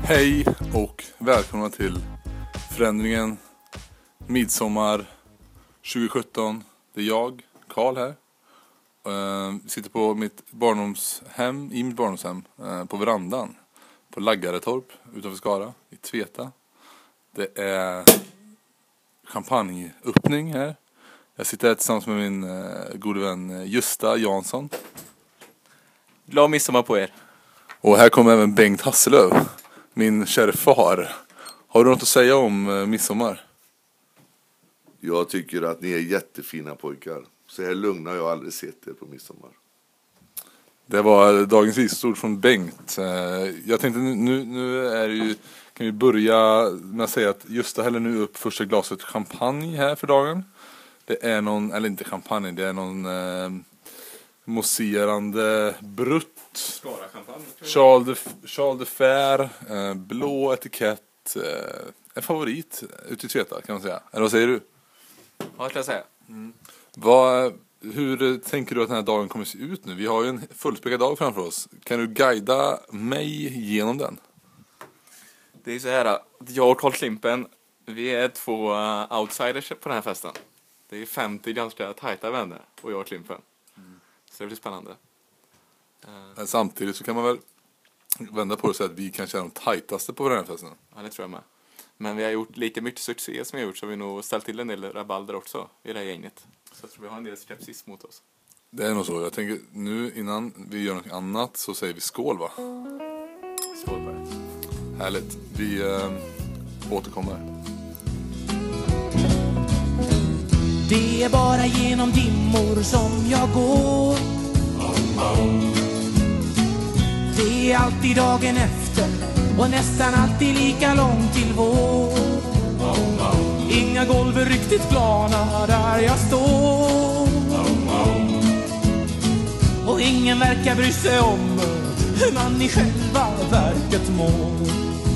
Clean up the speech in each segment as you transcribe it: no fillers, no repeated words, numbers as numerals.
Hej och välkomna till förändringen midsommar 2017. Det är jag, Karl här. Vi sitter på mitt barndomshem, på verandan på Laggaretorp utanför Skara i Tveta. Det är champagneöppning här. Jag sitter här tillsammans med min gode vän Gösta Jansson. Glad midsommar på er. Och här kommer även Bengt Hasselöv, min kära far. Har du något att säga om midsommar? Jag tycker att ni är jättefina pojkar. Så här lugna har jag aldrig sett er på midsommar. Det var dagens visdomsord från Bengt. Jag tänkte nu är det ju, kan vi börja med att säga att Gösta häller nu upp första glaset champagne här för dagen. Det är någon, eller inte champagne, det är någon mousserande brutt. Charles de Fer, blå etikett, en favorit ute i Tveta kan man säga. Eller vad säger du? Ja, ska jag säga. Hur tänker du att den här dagen kommer se ut nu? Vi har ju en fullspäckad dag framför oss. Kan du guida mig genom den? Det är så här att jag och Carl Klimpen, vi är två outsiders på den här festen. Det är 50 ganska tajta vänner och jag och Klimpen. Så det blir spännande. Samtidigt så kan man väl vända på det och säga att vi kanske är de tajtaste på den här festen. Ja, det tror jag med. Men vi har gjort lika mycket succé som vi har gjort, så vi har nog ställt till en del rabalder också i det här gänget. Så jag tror vi har en del skepsis mot oss. Det är nog så. Jag tänker nu innan vi gör något annat så säger vi skål, va? Skål på det. Härligt. Vi återkommer. Det är bara genom dimmor som jag går. Det är alltid dagen efter och nästan alltid lika långt till vår. Inga golv är riktigt plana där jag står. Och ingen verkar bry sig om hur man i själva verket mår.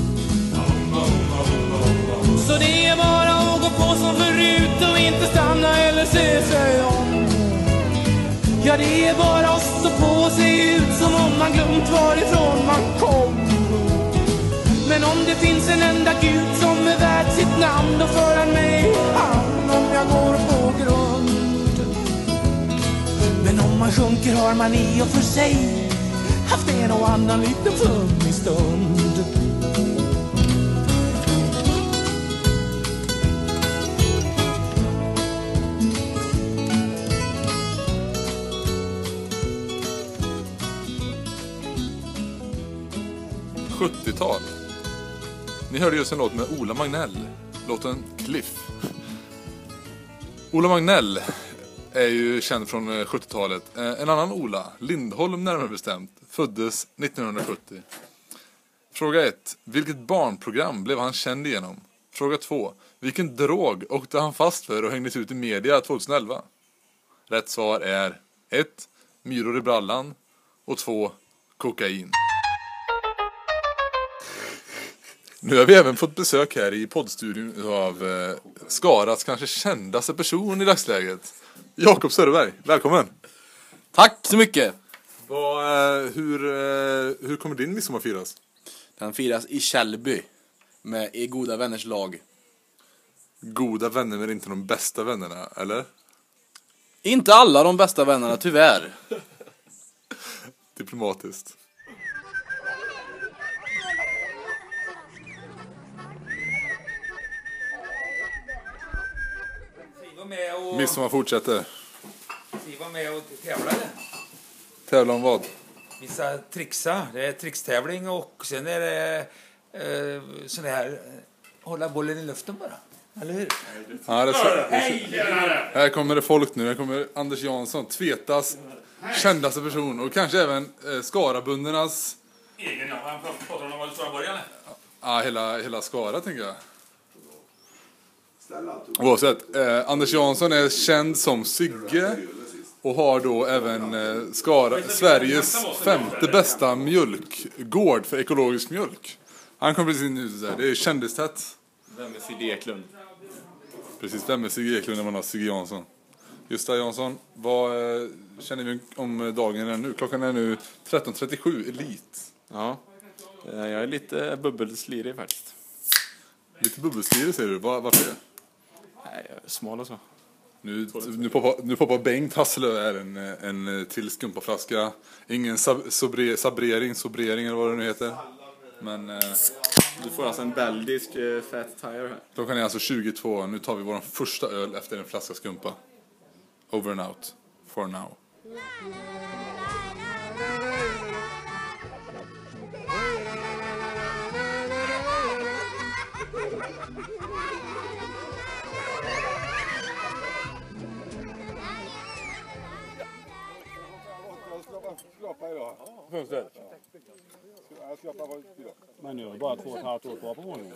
Så det är bara att gå på som förut och inte stanna eller se sig om. Ja, det är bara att stå på och se ut som om man glömt varifrån man kom. Men om det finns en enda Gud som är värd sitt namn, då för han mig hand om jag går på grund. Men om man sjunker har man i och för sig haft en och annan liten flummig stund. 70-tal. Ni hörde just en låt med Ola Magnell. Låten Cliff. Ola Magnell är ju känd från 70-talet. En annan Ola, Lindholm närmare bestämt, föddes 1970. Fråga 1. Vilket barnprogram blev han känd igenom? Fråga 2. Vilken drog åkte han fast för och hängdes ut i media 2011? Rätt svar är 1. Myror i brallan och 2. Kokain. Nu har vi även fått besök här i poddstudion av Skaras kanske kändaste person i dagsläget. Jakob Söderberg, välkommen. Tack så mycket. Hur kommer din midsommar firas? Den firas i Källby i goda vänners lag. Goda vänner men inte de bästa vännerna, eller? Inte alla de bästa vännerna, tyvärr. Diplomatiskt. Midsommar fortsätter. Vi var med och tävlade. Tävla om vad? Vissa trixa. Det är trixtävling och sen är det sån här hålla bollen i luften bara. Eller hur? Ja, här kommer det folk nu. Här kommer Anders Jansson, Tvetas kändaste person och kanske även Skarabundernas Egen, ja. Han pratar om vad Skaraborg eller? Ja, hela Skara tänker jag. Oavsett, Anders Jansson är känd som Sigge och har då även Sveriges 5:e bästa mjölkgård för ekologisk mjölk. Han kommer precis ut där. Det är kändistätt. Vem är Sigge Eklund? Precis, vem är Sigge Eklund när man har Sigge Jansson? Gösta Jansson, vad känner vi om dagen är nu? Klockan är nu 13.37, elit. Ja. Jag är lite bubbelslirig faktiskt. Lite bubbelstyre säger du. Varför det? Nej, jag är smal och så. Nu poppar Bengt Hasselö här en till skumpaflaska. Ingen sobrering eller vad det nu heter. Men Du får alltså en belgisk fat tire här. då kan ni alltså 22. Nu tar vi vår första öl efter en flaska skumpa. Over and out. For now. Men nu är det bara 2,5 år kvar på honom.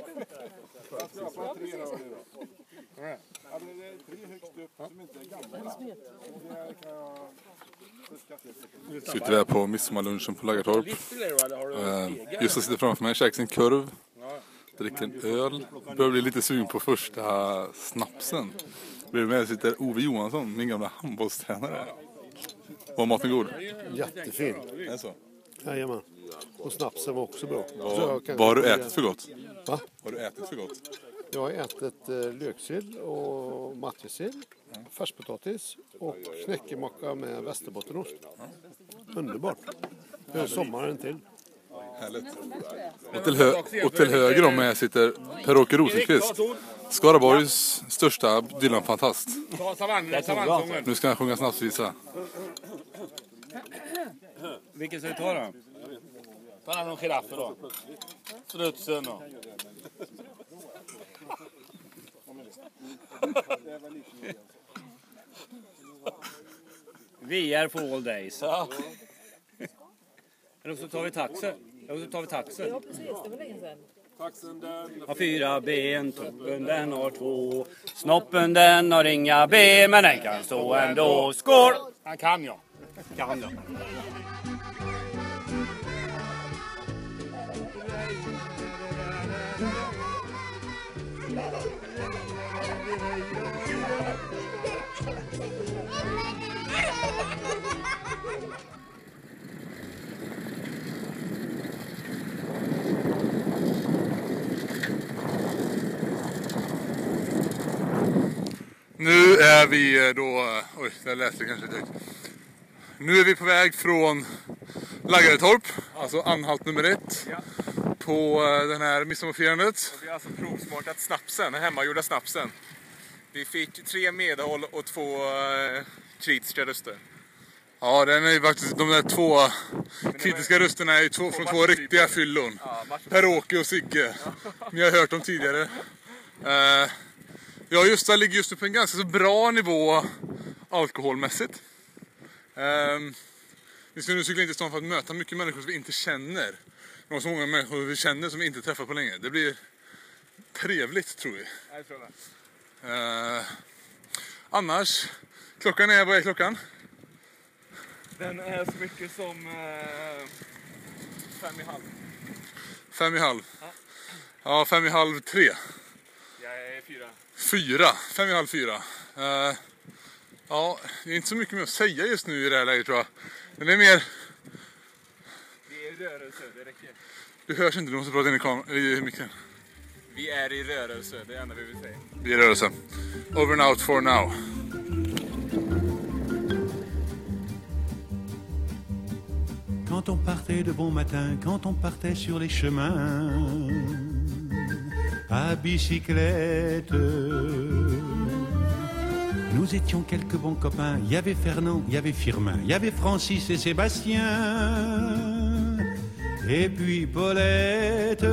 Sitter vi här på midsommarlunchen på Laggartorp. Just sitter framför mig, käkar sin kurv. Dricker en öl. Börjar bli lite sugen på första snapsen. Bredvid mig sitter Ove Johansson, min gamla handbollstränare. Var maten god? Jättefin. Är det så? Jajamän. Och snapsen var också bra. Vad har du ätit för gott? Va? Vad har du ätit för gott? Jag har ätit löksill och matjessill, färskpotatis och knäckemacka med västerbottenost. Underbart. Det är sommaren till. Härligt. Och till höger om mig sitter Per-Åke Rosenqvist. Skaraborgs största Dylan-fantast. Nu ska han sjunga snapsvisa. Vilken ska vi ta då? Ta någon giraffer då. Strutsen då. Vi är for all days. Ja. Eller så tar vi taxen. Ja, precis. Det var länge sedan. Har 4 ben, toppen den har 2. Snoppen den har inga ben, men den kan stå ändå. Skål! Han kan jag. Nu är vi då... Oj, jag läste kanske direkt. Nu är vi på väg från Laggartorp, alltså anhalt nummer 1. Ja. På den här midsommarfirandet. Vi har alltså provsmakat snapsen, den hemmagjorda snapsen. Vi fick 3 medhåll och 2 kritiska röster. Ja, den är ju faktiskt, de där 2 kritiska rösterna är ju från 2 riktiga fyllon. Per-Åke och Sigge. Ni har hört dem tidigare. Ja, just det, ligger just nu på en ganska så bra nivå alkoholmässigt. Vi ska nu cykla in till stan för att möta mycket människor som vi inte känner. Det var så många människor vi känner som vi inte träffar på länge. Det blir trevligt, tror vi. Jag tror det. Annars, vad är klockan? Den är så mycket som 5,5. 5,5. Ja, 5,5, 3. Jag är 4. 4, 5,5, 4. Ja, det är inte så mycket mer att säga just nu i det här läget, tror jag. Men det är mer... Vi är i rörelse, det räcker. Du hörs inte, du måste prata in i micken. Vi är i rörelse, det är det enda vi vill säga. Vi är i rörelse. Over and out for now. Quand on partait de bon matin, quand on partait sur les chemins à bicyclette, nous étions quelques bons copains. Il y avait Fernand, il y avait Firmin, il y avait Francis et Sébastien, et puis Paulette.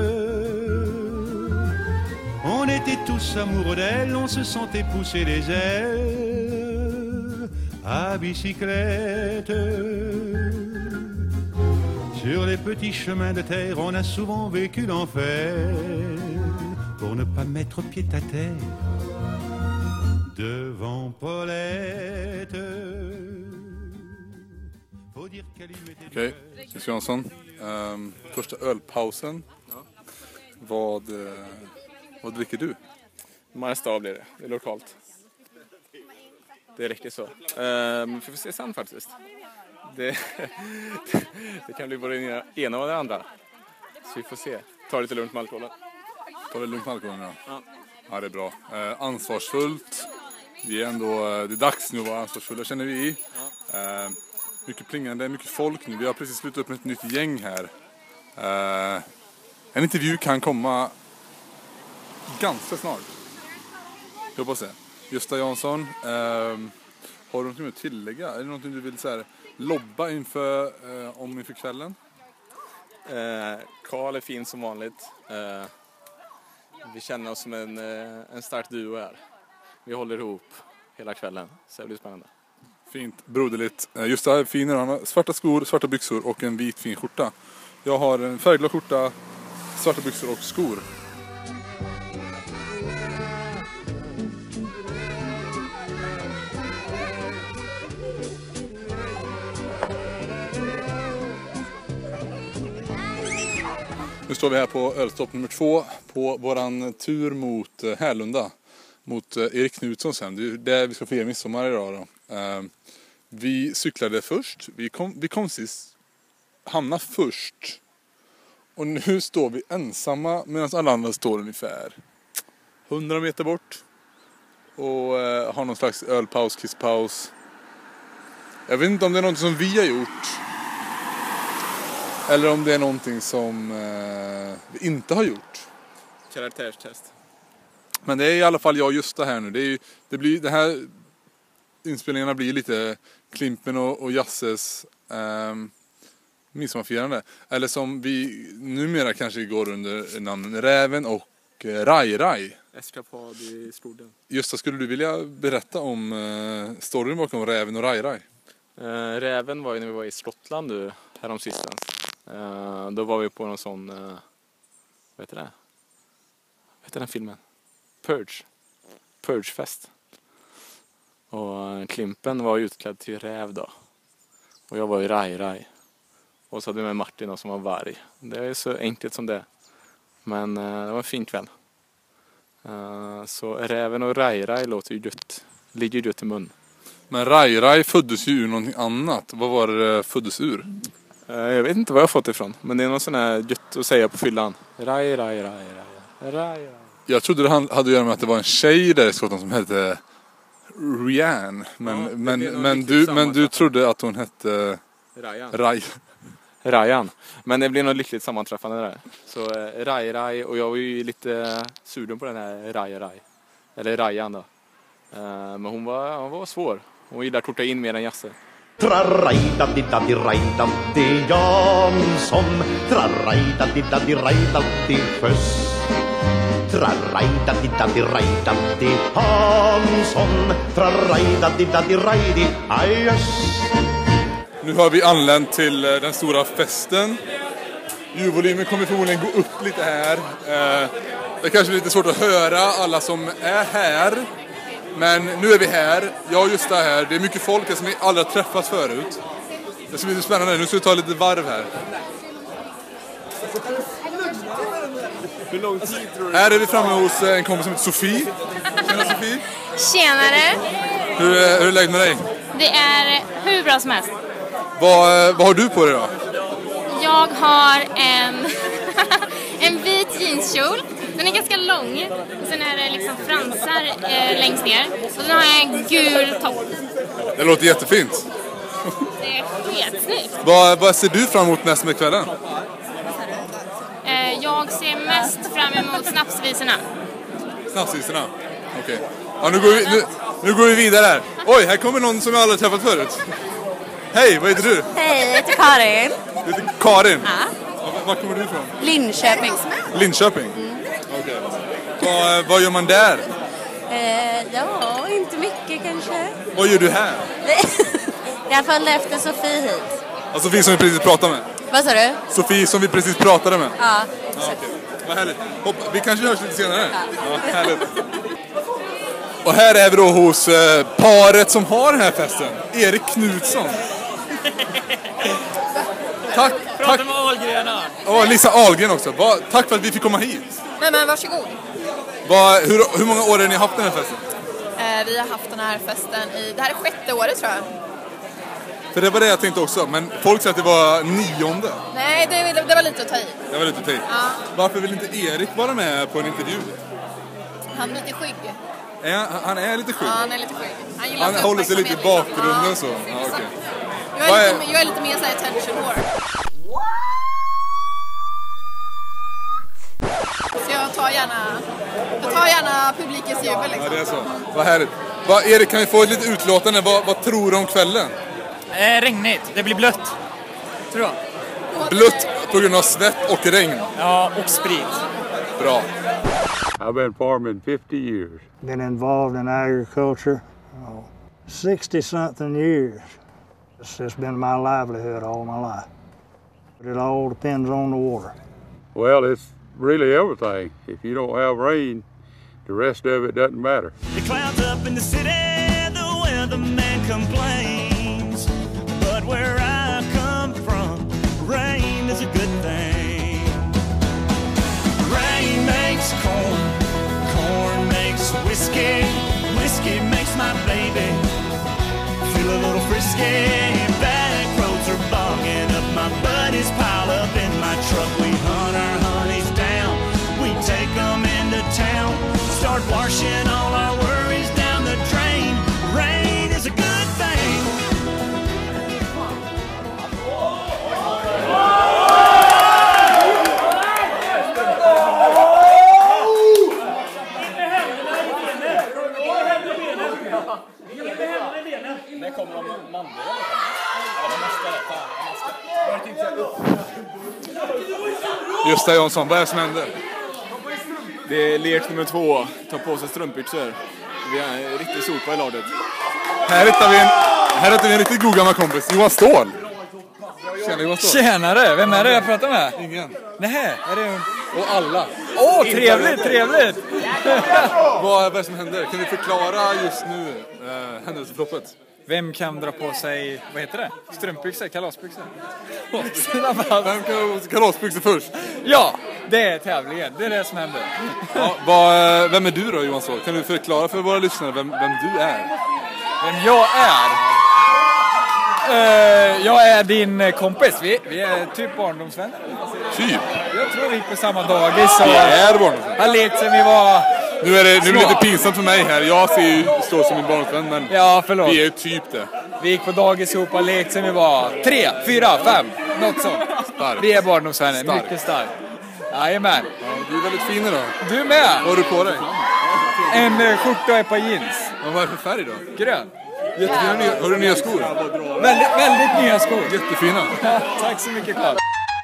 On était tous amoureux d'elle, on se sentait pousser les ailes à bicyclette. Sur les petits chemins de terre, on a souvent vécu l'enfer pour ne pas mettre pied à terre devant Paulette. Faut dire qu'elle y mettait du Okej, Christer Jansson. Första ölpausen. Vad dricker du? Mariestad blir det. Det är lokalt. Det räcker så. Vi får se sen faktiskt. Det kan bli både det ena och det andra. Så vi får se. Ta lite lugnt med alkoholen. Ta det lugnt med alkoholen, ja. Ja, det är bra. Ansvarsfullt. Det är dags nu att vara ansvarsfulla, känner vi. Mycket plingande, mycket folk nu. Vi har precis slutat upp med ett nytt gäng här. En intervju kan komma ganska snart. Jag hoppas det. Gösta Jansson, har du något att tillägga? Är det något du vill så här, lobba inför kvällen? Karl är fin som vanligt. Vi känner oss som en stark duo här. Vi håller ihop hela kvällen, så det blir spännande. Fint, broderligt. Just det här finer, han har svarta skor, svarta byxor och en vit fin skjorta. Jag har en färgglad skjorta, svarta byxor och skor. Nu står vi här på ölstopp nummer 2 på våran tur mot Härlunda. Mot Erik Knutsson sen. Det är där vi ska fira midsommar idag då. Vi cyklade först. Vi kom sist. Hamnade först. Och nu står vi ensamma medan alla andra står ungefär 100 meter bort. Och har någon slags ölpaus, kisspaus. Jag vet inte om det är något som vi har gjort. Eller om det är någonting som vi inte har gjort. Karaktärstest. Men det är i alla fall jag och Gösta här nu. Det här inspelningarna blir lite Klimpen och Jasses midsommarfirande. Eller som vi numera kanske går under namnen Räven och Rai. Eskapad i skogen. Gösta, skulle du vilja berätta om storyn bakom Räven och Rai? Räven var ju när vi var i Skottland nu, häromsistens. Då var vi på någon sån, vad heter det? Vad heter den filmen? Purgefest. Och Klimpen var utklädd till räv då. Och jag var ju Rai. Och så hade vi med Martin då, som var varg. Det är så enkelt som det. Men det var en fin kväll. Så Räven och Rai låter ju gött. Ligger ju gött i mun. Men Rai föddes ju ur någonting annat. Vad var det föddes ur? Jag vet inte var jag fått ifrån. Men det är någon sån här gött att säga på fyllan. Rai. Jag trodde det hade att göra med att det var en tjej där i Skottland som hette Rianne. Men du trodde att hon hette Rajan. Men det blev något lyckligt sammanträffande där. Så Rai och jag var ju lite sugen på den här Rai. Eller Rajan då. Men hon var svår. Hon gillar torta in mer än Jasse. Trarrajdadiddadirrajdaddi Jansson. Trarrajdadiddadirrajdaddi Sjöss. Trarrajdadiddadirrajdaddi Hansson. Trarrajdadiddadirrajdi Ajöss. Nu har vi anlänt till den stora festen. Ljudvolymen kommer förmodligen gå upp lite här. Det är kanske lite svårt att höra alla som är här. Men nu är vi här. Jag och Gösta är här. Det är mycket folk som vi aldrig har träffats förut. Det ska bli lite spännande. Nu ska vi ta lite varv här. Hur lång tid tror du? Här är vi framme hos en kompis som heter Sofie. Tjena Sofie. Tjenare. Hur är det läget med dig? Det är hur bra som helst. Vad har du på dig då? Jag har en vit jeanskjol. Den är ganska lång. Och sen är det liksom fransar längst ner. Och sen har jag en gul topp. Det låter jättefint. Det är sketsnyggt. Vad ser du fram emot nästa med kvällen? Jag ser mest fram emot snapsvisorna. Snapsvisorna? Okej. Ja, nu går vi vidare här. Oj, här kommer någon som jag aldrig träffat förut. Hej, vad heter du? Hej, jag heter Karin. Du heter Karin? Ja. Var kommer du ifrån? Linköping. Linköping? Okej. Vad gör man där? Ja, inte mycket kanske. Vad gör du här? Jag följde efter Sofie hit. Ja, Sofie som vi precis pratade med. Vad sa du? Sofie som vi precis pratade med. Ja. Okej. Vad härligt. Vi kanske hörs lite senare. Ja, härligt. Och här är vi då hos paret som har den här festen. Erik Knutsson. Tack. Prata med Ahlgrena. Och Lisa Ahlgren också. Tack för att vi fick komma hit. Men varsågod. Hur många år har ni haft den här festen? Vi har haft den här festen det här är 6:e året tror jag. För det var det jag tänkte också, men folk säger att det var 9:e. Nej, det var lite att ta i. Det var lite att ta i. Ja. Varför vill inte Erik vara med på en intervju? Han är lite skygg. Han är lite skygg? Ja, han är lite skygg. Han håller sig lite i bakgrunden så. Ja, okay. Jag är lite mer så här attention whore. Så jag tar gärna publikens jubel liksom. Ja, det är så. Vad härligt. Erik, kan vi få ett litet utlåtande? Vad tror du om kvällen? Regnigt. Det blir blött. Tror jag. Blött på grund av svett och regn? Ja, och sprit. Bra. I've been farming 50 years. Been involved in agriculture 60-something years. It's been my livelihood all my life. But it all depends on the water. Well, it's really everything. If you don't have rain, the rest of it doesn't matter. The clouds up in the city, the weatherman complains. But where I come from, rain is a good thing. Rain makes corn, corn makes whiskey, whiskey makes my baby feel a little frisky. Back roads are bogging up, my buddies pile up in my truck. We hunt our honeys down, we take them into town, start washing all our worries down the drain. Rain is a good thing. När kommer de mandel? Gösta Jansson, vad är det som händer? Det är lek nummer 2. Ta på sig strumpbyxor. Vi är en riktig sopa i ladet. Här hittar vi en riktigt god gammal kompis, Johan Ståhl. Tjena Johan Ståhl. Tjenare, vem är det jag pratar med? Ingen. Nej, är det... Och alla. Trevligt. Vad är det som händer? Kan du förklara just nu händelseförloppet? Vem kan dra på sig, vad heter det? Strumpbyxor, kalasbyxor? Vem kan kalasbyxor först? Ja, det är tävlingen. Det är det som händer. Ja, vem är du då Johan Ståhl? Kan du förklara för våra lyssnare vem du är? Vem jag är? Jag är din kompis. Vi är typ barndomsvänner. Typ? Jag tror vi gick på samma dagis. Vi är barndomsvänner. Har lekt sen vi var... Nu blir det lite pinsamt för mig här. Jag ser ju stå som min barndomsvän, men ja, förlåt. Vi är ju typ det. Vi gick på dagis ihop och lekt sen vi var 3, 4, 5. Något sånt. Stark. Vi är barndomsvänner. Mycket stark. Jajamän. Ja, du är väldigt fin idag. Du med. Vad har du på dig? En skjorta och ett par jeans. Vad är det för färg då? Grön. Jättefina. Har du nya skor? Väldigt nya skor. Jättefina. Tack så mycket, Carl.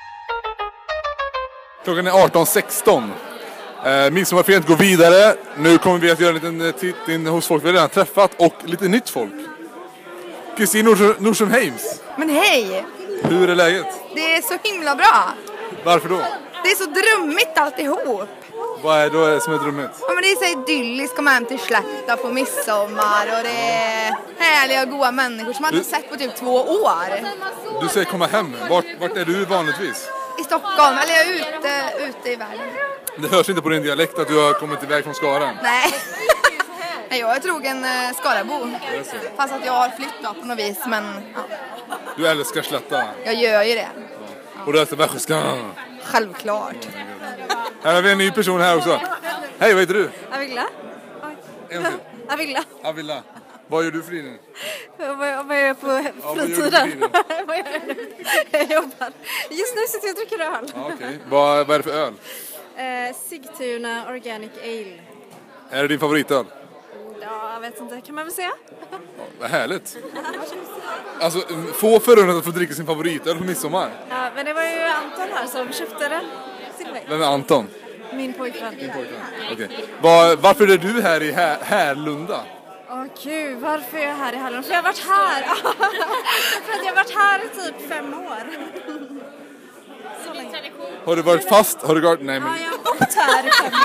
Klockan är 18:16. Midsommarfirandet går vidare. Nu kommer vi att göra en liten titt in hos folk vi redan träffat och lite nytt folk. Kristin Nordström Heims. Men hej! Hur är läget? Det är så himla bra. Varför då? Det är så drömmigt alltihop. Vad är då som är drömmigt? Ja, men det är så idylliskt att komma hem till släkta på midsommar och det är härliga och goda människor som man inte sett på typ 2 år. Du säger komma hem. Vart är du vanligtvis? I Stockholm, eller jag är ute i världen. Det hörs inte på din dialekt att du har kommit iväg från Skara. Nej. Nej, jag är trogen Skarabo. Fast att jag har flyttat på något vis, men ja. Du älskar slätta. Jag gör ju det. Ja. Och du älskar västgötska. Självklart. Här har vi en ny person här också. Hej, vad heter du? Avila. En till. Avila. Vad gör du för tiden? Vad gör jag på fritiden? Jag jobbar. Just nu sitter jag och dricker öl. Ja, okej. Vad är det för öl? Sigtuna Organic Ale. Är det din favoritöl? Ja, jag vet inte. Kan man väl säga? Ja, vad härligt. Alltså, få förunnat att få dricka sin favoritöl på midsommar. Ja, men det var ju Anton här som köpte den till mig. Vem är Anton? Min pojkvän. Okej. Varför är du här i Härlunda? Gud, varför är jag här i Härlunda? För jag har varit här. För att jag har varit här i typ 5 år. Så länge. Har du varit fast? Har du varit... Nej, men... Ja, jag har bott här i 5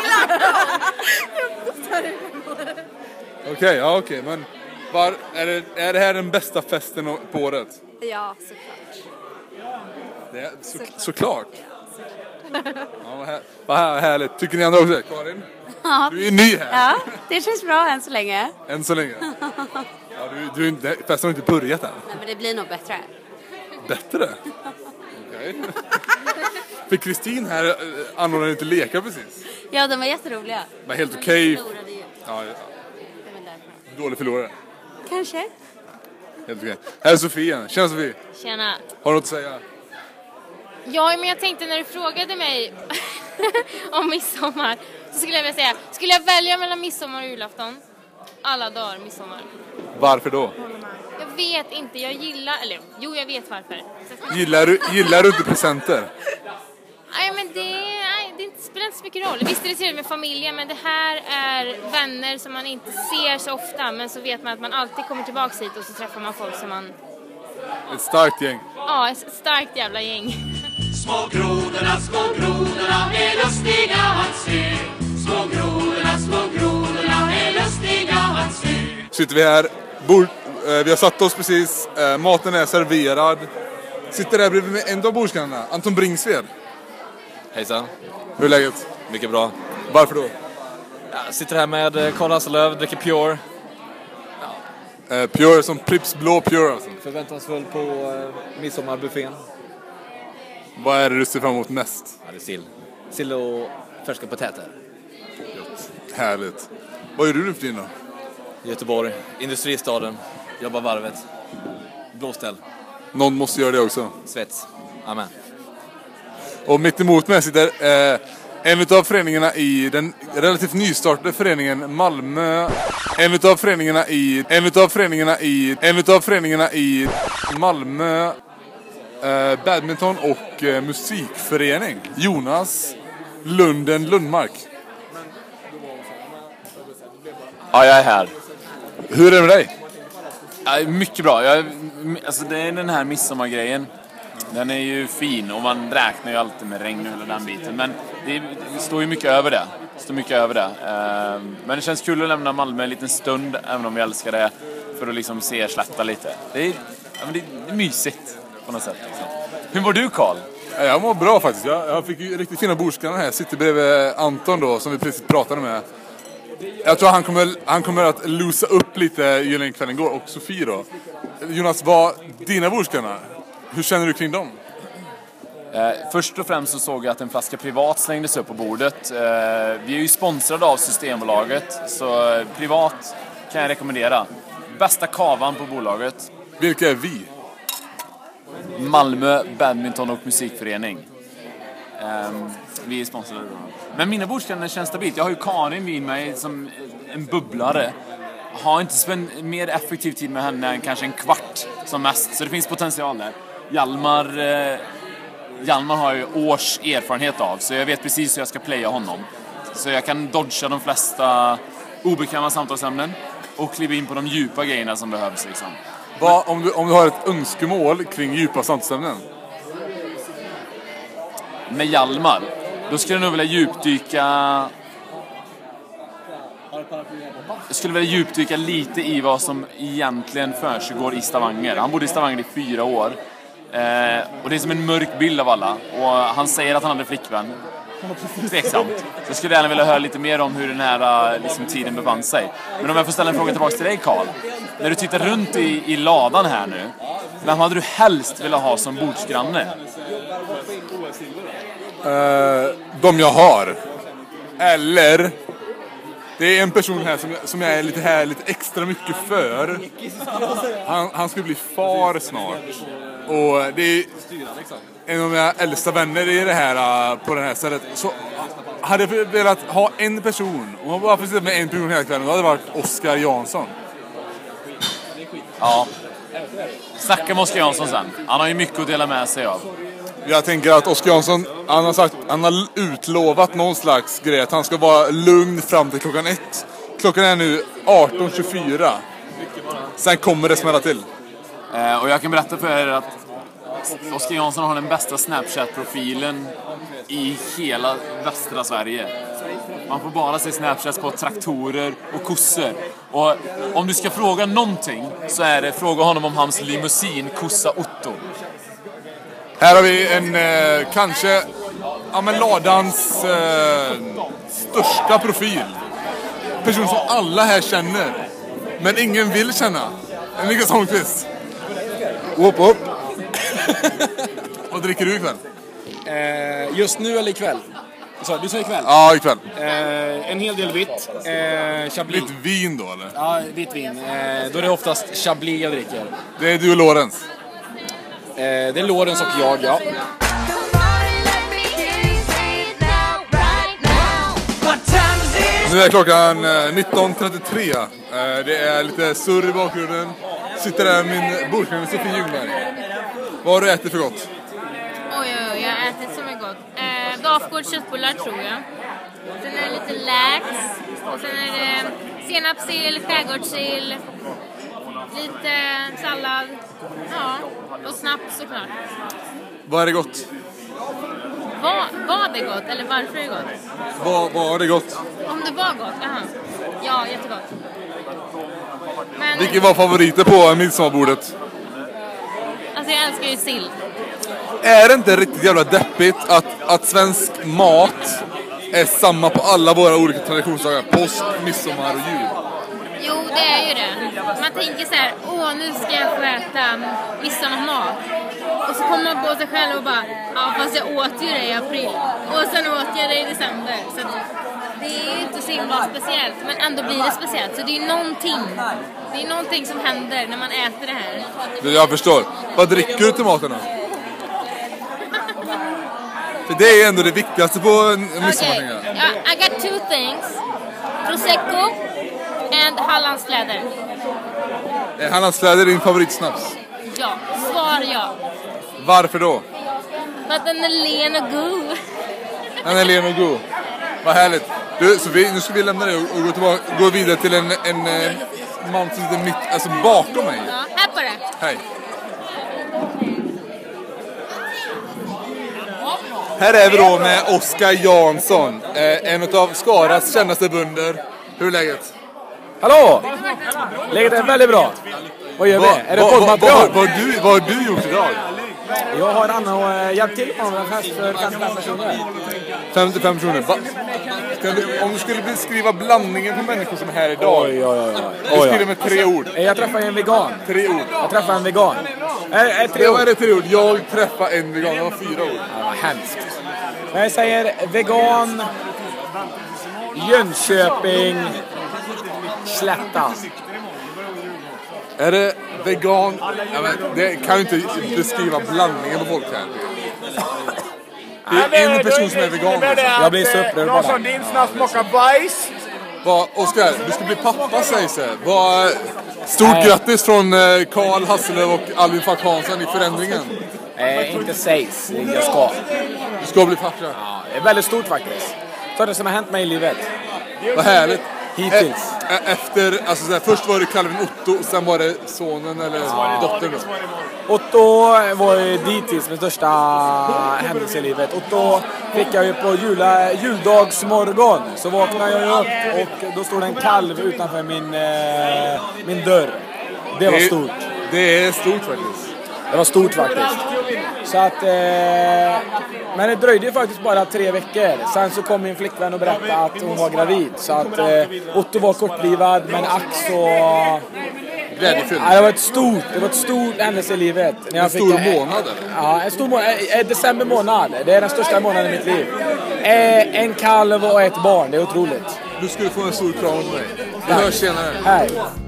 år. Okej. Men är det här den bästa festen på året? Ja, såklart. Det är såklart. Ja, vad härligt. Tycker ni andra också? Karin? Ja. Du är ny här. Ja, det känns bra än så länge. Än så länge. Ja, festen har inte börjat än. Nej, men det blir nog bättre. Bättre? Okej. För Kristin här anordnade inte lekar precis. Ja, de var jätteroliga. Men helt okej. Förlorade ju. Ja. Dålig förlorare. Kanske. Helt okej. Här är Sofia. Tjena Sofie. Tjena. Har du något att säga? Ja, men jag tänkte när du frågade mig om midsommar så skulle jag vilja säga, skulle jag välja mellan midsommar och julafton? Alla dagar midsommar. Varför då? Jag vet inte, jag vet varför. Gillar du inte presenter? Nej, men det spelar inte så mycket roll. Visst är det trevligt med familjen, men det här är vänner som man inte ser så ofta, men så vet man att man alltid kommer tillbaka hit och så träffar man folk som man... Ett starkt gäng. Ja, ett starkt jävla gäng. Små grodorna är lustiga att se. Små grodorna är lustiga att se. Sitter vi här, vi har satt oss precis, maten är serverad. Sitter där bredvid med en av bordsgrannarna, Anton Bringsved. Hejsan. Hur är läget? Mycket bra. Varför då? Jag sitter här med Karl Hasselöv, dricker Pure. Pure som Pripps blå Pure alltså. Förväntansfull på midsommarbuffén. Vad är det du ser fram emot mest? Ja, det är sill. Sill och färska potäter. Härligt. Vad gör du för din då? Göteborg, industristaden. Jobbar varvet. Blåställ. Någon måste göra det också. Svets. Amen. Och mitt emot mig sitter en utav föreningarna i den relativt nystartade föreningen Malmö. En utav föreningarna i Malmö badminton och musikförening. Jonas Lunden Lundmark. Ja, jag är här. Hur är det med dig? Ja, mycket bra. Alltså det är den här midsommargrejen. Den är ju fin och man räknar ju alltid med regn och hela den biten. Men det står ju mycket över det. Men det känns kul att lämna Malmö en liten stund, även om vi älskar det, för att liksom se slätta lite. Det är mysigt på något sätt. Liksom. Hur mår du, Karl? Jag mår bra faktiskt. Jag fick ju riktigt fina bordsgrannar här. Jag sitter bredvid Anton då, som vi precis pratade med. Jag tror han kommer att losa upp lite ju längre kvällen går. Och Sofie då. Jonas, vad dina bordsgrannar? Hur känner du kring dem? Först och främst så såg jag att en flaska privat slängdes upp på bordet. Vi är ju sponsrade av Systembolaget, så privat kan jag rekommendera. Bästa kavan på bolaget. Vilka är vi? Malmö badminton och musikförening. Vi är sponsrade då. Men mina bordsgrannar känns stabilt. Jag har ju Karin vid mig som en bubblare. Har inte spenderat mer effektiv tid med henne än kanske en kvart som mest. Så det finns potential där. Hjalmar har ju års erfarenhet av, så jag vet precis hur jag ska playa honom. Så jag kan dodga de flesta obekväma samtalsämnen och kliva in på de djupa grejerna som behövs liksom. Om du har ett önskemål kring djupa samtalsämnen? Med Hjalmar, då skulle jag nog vilja djupdyka... Jag skulle vilja djupdyka lite i vad som egentligen försiggår i Stavanger. Han bodde i Stavanger i 4 år. Och det är som en mörk bild av alla. Och han säger att han hade flickvän. Tveksamt. Så jag skulle gärna vilja höra lite mer om hur den här liksom, tiden befann sig. Men om jag får ställa en fråga tillbaka till dig, Karl. När du tittar runt i ladan här nu, vem hade du helst vilja ha som bordsgranne? De jag har. Eller... Det är en person här som jag är lite extra mycket för. Han ska bli far snart. Och det är en av mina äldsta vänner i det här, på det här stället. Så hade jag velat ha en person, och man bara får sitta med en person hela kvällen, då hade det varit Oskar Jansson. Ja. Snacka med Oskar Jansson sen. Han har ju mycket att dela med sig av. Jag tänker att Oskar Jansson, han har utlovat någon slags grej, att han ska vara lugn fram till klockan 1. Klockan är nu 18:24. Sen kommer det smälla till. Och jag kan berätta för er att Oskar Jansson har den bästa Snapchat-profilen i hela västra Sverige. Man får bara se Snapchats på traktorer och kossor. Och om du ska fråga någonting så är det fråga honom om hans limousin Kossa Otto. Här har vi en kanske ladans största profil. Person som alla här känner, men ingen vill känna. Niklas Holmqvist. Whoop whoop. Vad dricker du ikväll? Just nu eller ikväll? Du sa ikväll? Ja, ikväll. En hel del vitt. Chablis. Vitt vin då, eller? Ja, vitt vin. Då är det oftast Chablis jag dricker. Det är du och Lorenz? Det är Lorenz och jag, ja. Nu är klockan 19.33. Det är lite surr i bakgrunden. Sitter där min bordsgranne Sofie Ljungberg. Vad har du ätit för gott? Oj, jag har ätit så mycket gott. Dafgårds köttbullar tror jag. Sen är det lite lax. Och sen är det senapssill, skärgårdssill. Lite sallad. Ja, och snaps såklart. Vad är det gott? Vad är gott? Eller varför är det gott? Vad är det gott? Om det var gott, aha. Ja, jättegott. Men, vilken var favoriter på midsommarbordet? alltså jag älskar ju sill. Är det inte riktigt jävla deppigt att svensk mat är samma på alla våra olika traditionsdagar? Påsk, midsommar och jul. Jo, det är ju det. Man tänker så här, nu ska jag få äta midsommarmat. Och så kommer man på sig själv och bara, ja fast jag åt ju det i april. Och sen åt jag det i december. Så det är ju inte så himla speciellt, men ändå blir det speciellt. Så det är ju någonting som händer när man äter det här. Jag förstår. Vad dricker du till maten då? För det är ändå det viktigaste på midsommardagen. I got two things. Prosecco and Hallandsfläder. Är Hallandsfläder din favoritsnaps? Ja, svar ja. Varför då? För att den är len och god. Den är len och god. Vad härligt. Du, så nu ska vi lämna dig och gå vidare till en man som sitter mitt, alltså bakom mig. Ja, här på det. Hej. Här är vi då med Oskar Jansson, en av Skaras kändaste bönder. Hur är läget? Hallå! Läget är väldigt bra. Vad gör vi? Är det poddmaterial? Vad har du gjort idag? Jag har Anna hjälpt till på en fest för 55 personer. 55 personer? Om du skulle beskriva blandningen på människor som är här idag. Du skriver med 3 ord. Jag träffar en vegan. 3 ord. Jag träffar en vegan. 3 ord. Vad är det 3 ord? Jag träffar en vegan. Det var 4 ord. Ja, vad hemskt. Men jag säger vegan, Jönköping, Slätta. Är det vegan? Ja, men det kan ju inte beskriva blandningen på folk här. Det är en person som är vegan. Jag blir så upprörd bara. Någon din snabb smakar bajs. Oskar, du ska bli pappa sägs det. Stort grattis från Karl Hasselöv och Alvin Falk Hansson i förändringen. Inte sägs, jag ska. Du ska bli pappa? Ja, det är väldigt stort faktiskt. Så det som har hänt mig i livet. Vad härligt. Hittills. Efter, alltså såhär, först var det Calvin Otto, sen var det sonen eller dottern då. Otto var ju dittills min största händelse i livet. Otto fick jag ju på juldagsmorgon. Så vaknade jag upp och då stod en kalv utanför min dörr. Det var stort. Det är stort faktiskt. Det var stort faktiskt. Så att, men det dröjde ju faktiskt bara 3 veckor. Sen så kom min flickvän och berättade att hon var gravid. Så att Otto var kortlivad, men ack så... Glädjefylld. Ja, det var ett stort händelse i livet. En stor månad eller? Ja, en stor månad. December månad. Det är den största månaden i mitt liv. En kalv och ett barn. Det är otroligt. Du skulle få en stor kram av mig. Vi hörs senare. Hej.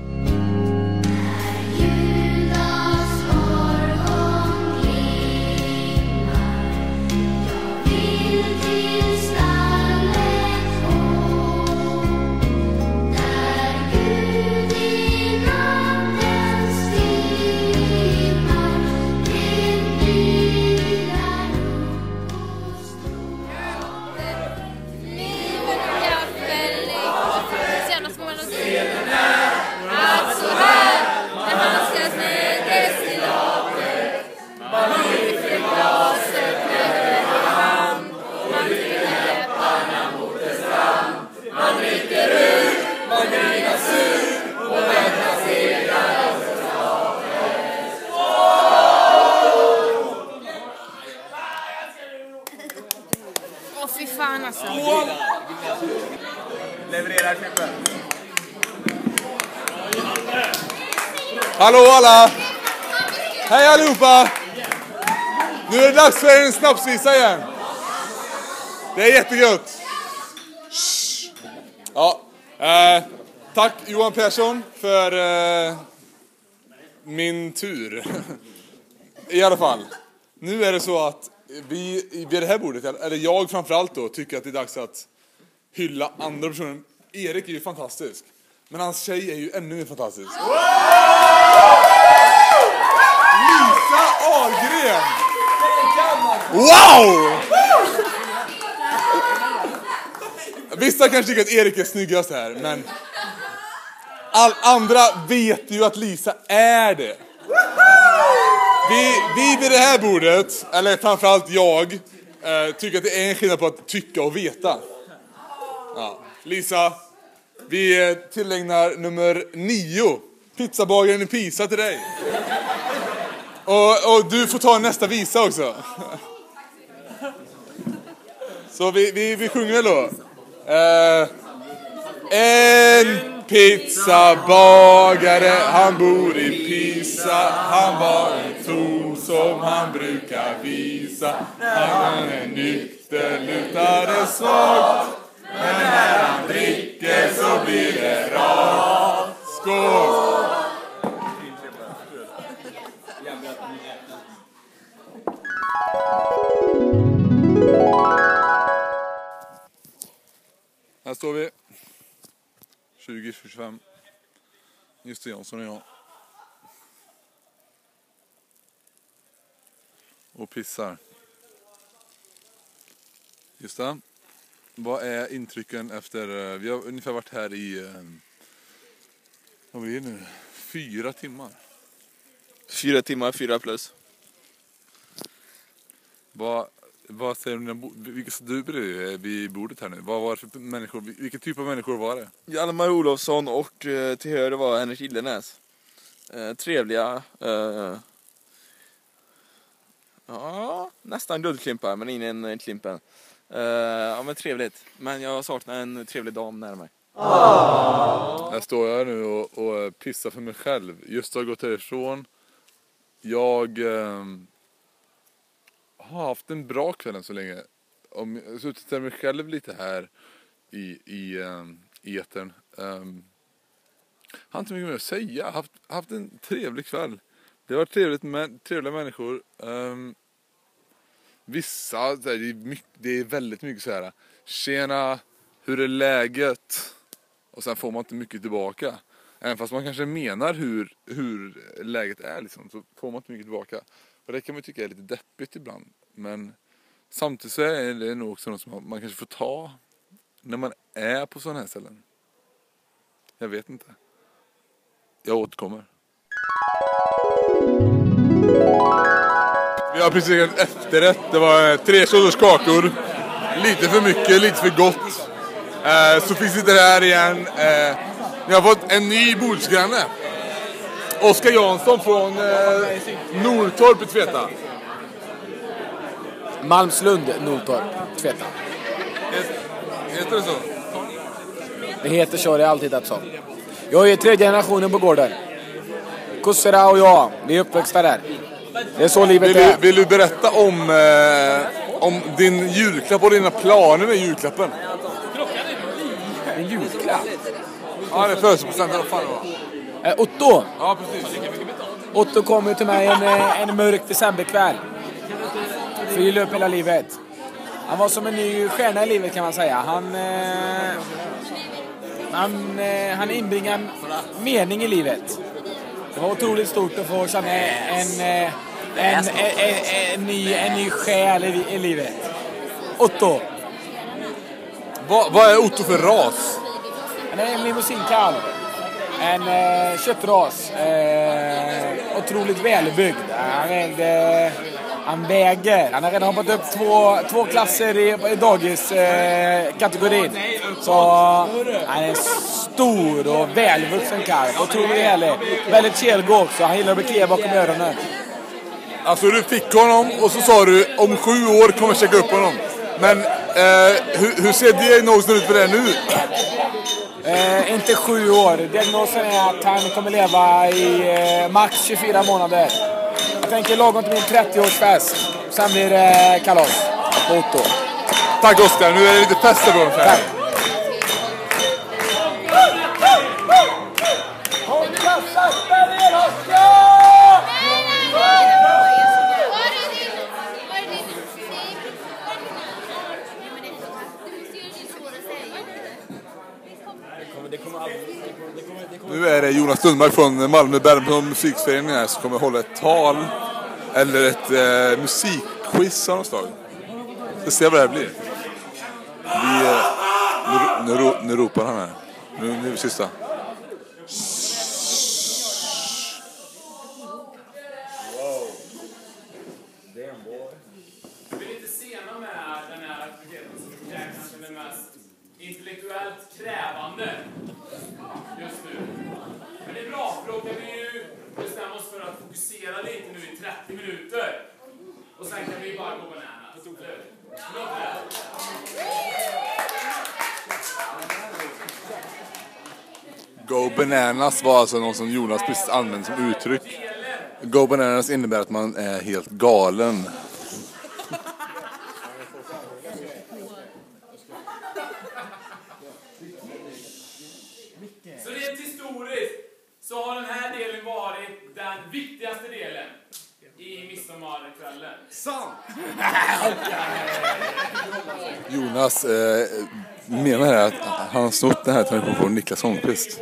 Fy fan alltså. Levererar klippen. Hallå alla! Hej allihopa! Nu är det dags för en snapsvisa igen. Det är jättegött. Ja, tack Johan Persson för min tur. I alla fall. Nu är det så att vi vid det här bordet, eller jag framförallt då, tycker att det är dags att hylla andra personer. Erik är ju fantastisk. Men hans tjej är ju ännu mer fantastisk. Lisa Ahlgren! Wow! Vissa kanske tycker att Erik är snyggast här, men andra vet ju att Lisa är det. Vi vid det här bordet, eller framförallt jag, tycker att det är en skillnad på att tycka och veta. Ja. Lisa, vi tillägnar nummer 9, pizzabagaren i Pisa, till dig. Och du får ta nästa visa också. Så vi sjunger då. En pizzabagare, han bor i Pisa. Han var en ton som han brukar visa. Han är nykter, lutade svagt. Men när han dricker så blir det rart. Skål! Här står vi. 20-25. Just det, Jansson och jag. Och pissar. Just det. Vad är intrycken efter... Vi har ungefär varit här i... vad blir det nu? 4 timmar. 4 timmar, 4 plus. Vad säger du? Vilka du bredvid vid bordet här nu? Vad var det för människor? Vilken typ av människor var det? Hjalmar Olofsson och till höger var Henrik Illenäs. Trevliga. Ja, nästan guldklimpar, men ingen klimpen. Ja, men trevligt. Men jag saknar en trevlig dam nära mig. Här står jag nu och pissar för mig själv. Just har gått härifrån. Jag har haft en bra kväll än så länge. Om jag suttit med mig själv lite här i etern. Har inte mycket mer att säga. Haft en trevlig kväll. Det har varit trevligt med trevliga människor. Vissa, det är väldigt mycket så här. Tjena, hur är läget? Och sen får man inte mycket tillbaka. Även fast man kanske menar hur läget är liksom, så får man inte mycket tillbaka. Och det kan man tycka är lite deppigt ibland. Men samtidigt så är det nog också något som man kanske får ta när man är på sådana här ställen. Jag vet inte. Jag återkommer. Vi har precis en efterrätt. Det var 3 sorters kakor. Lite för mycket, lite för gott. Sofie sitter här igen. Vi har fått en ny bordsgranne. Oskar Jansson från Norrtorp i Tveta. Malmslund, Norrtorp, Tveta. Heter det så? Det heter så, det har alltid att så. Jag är 3:e generationen på gården. Kusserna och jag, vi är uppväxta där. Det är så livet är. Vill du berätta om din julklapp och dina planer med julklappen? En julklapp? Ja, det är födelsedagspresent. Vad fan det var? Otto? Ja, precis. Otto kom till mig en mörk decemberkväll. Fyllde upp hela livet. Han var som en ny stjärna i livet kan man säga. Han inbringar mening i livet. Det var otroligt stort att få känna en ny själ i livet. Otto. Vad är Otto för ras? Han är en limousinkalv. En köttras. Otroligt välbyggd. Han väger. Han har redan hoppat upp två klasser i dagiskategorin. Så han är stor och välvuxen kalv. Otroligt härlig. Väldigt kelgå också. Han gillar att bli kliad bakom öronen. Alltså du fick honom och så sa du om 7 år kommer jag checka upp honom. Men hur ser diagnosen ut för det nu? Inte 7 år. Diagnosen är att han kommer leva i max 24 månader. Jag tänker lagom till min 30-årsfest. Sen blir det kalas på Otto. Tack Oskar, nu är det lite fest på ungefär. Tack. Nu är det Jonas Lundmark från Malmö Bergman musikförening här som kommer hålla ett tal eller ett musikquiz av något slag. Vi ska se vad det här blir. Nu ropar han här. Nu är vi sista. Vi är lite sena med den här aktiviteten som är kanske den mest intellektuellt krävande just nu. Men det är bra, för då kan vi ju bestämma oss för att fokusera lite nu i 30 minuter. Och sen kan vi bara gå bananas. Go bananas var alltså någon som Jonas precis använde som uttryck. Go bananas innebär att man är helt galen. Så rent historiskt så har den här delen varit den viktigaste delen i midsommarkvällen. Sant! Jonas menar här att han har snott den här traditionen från Niklas Holmqvist.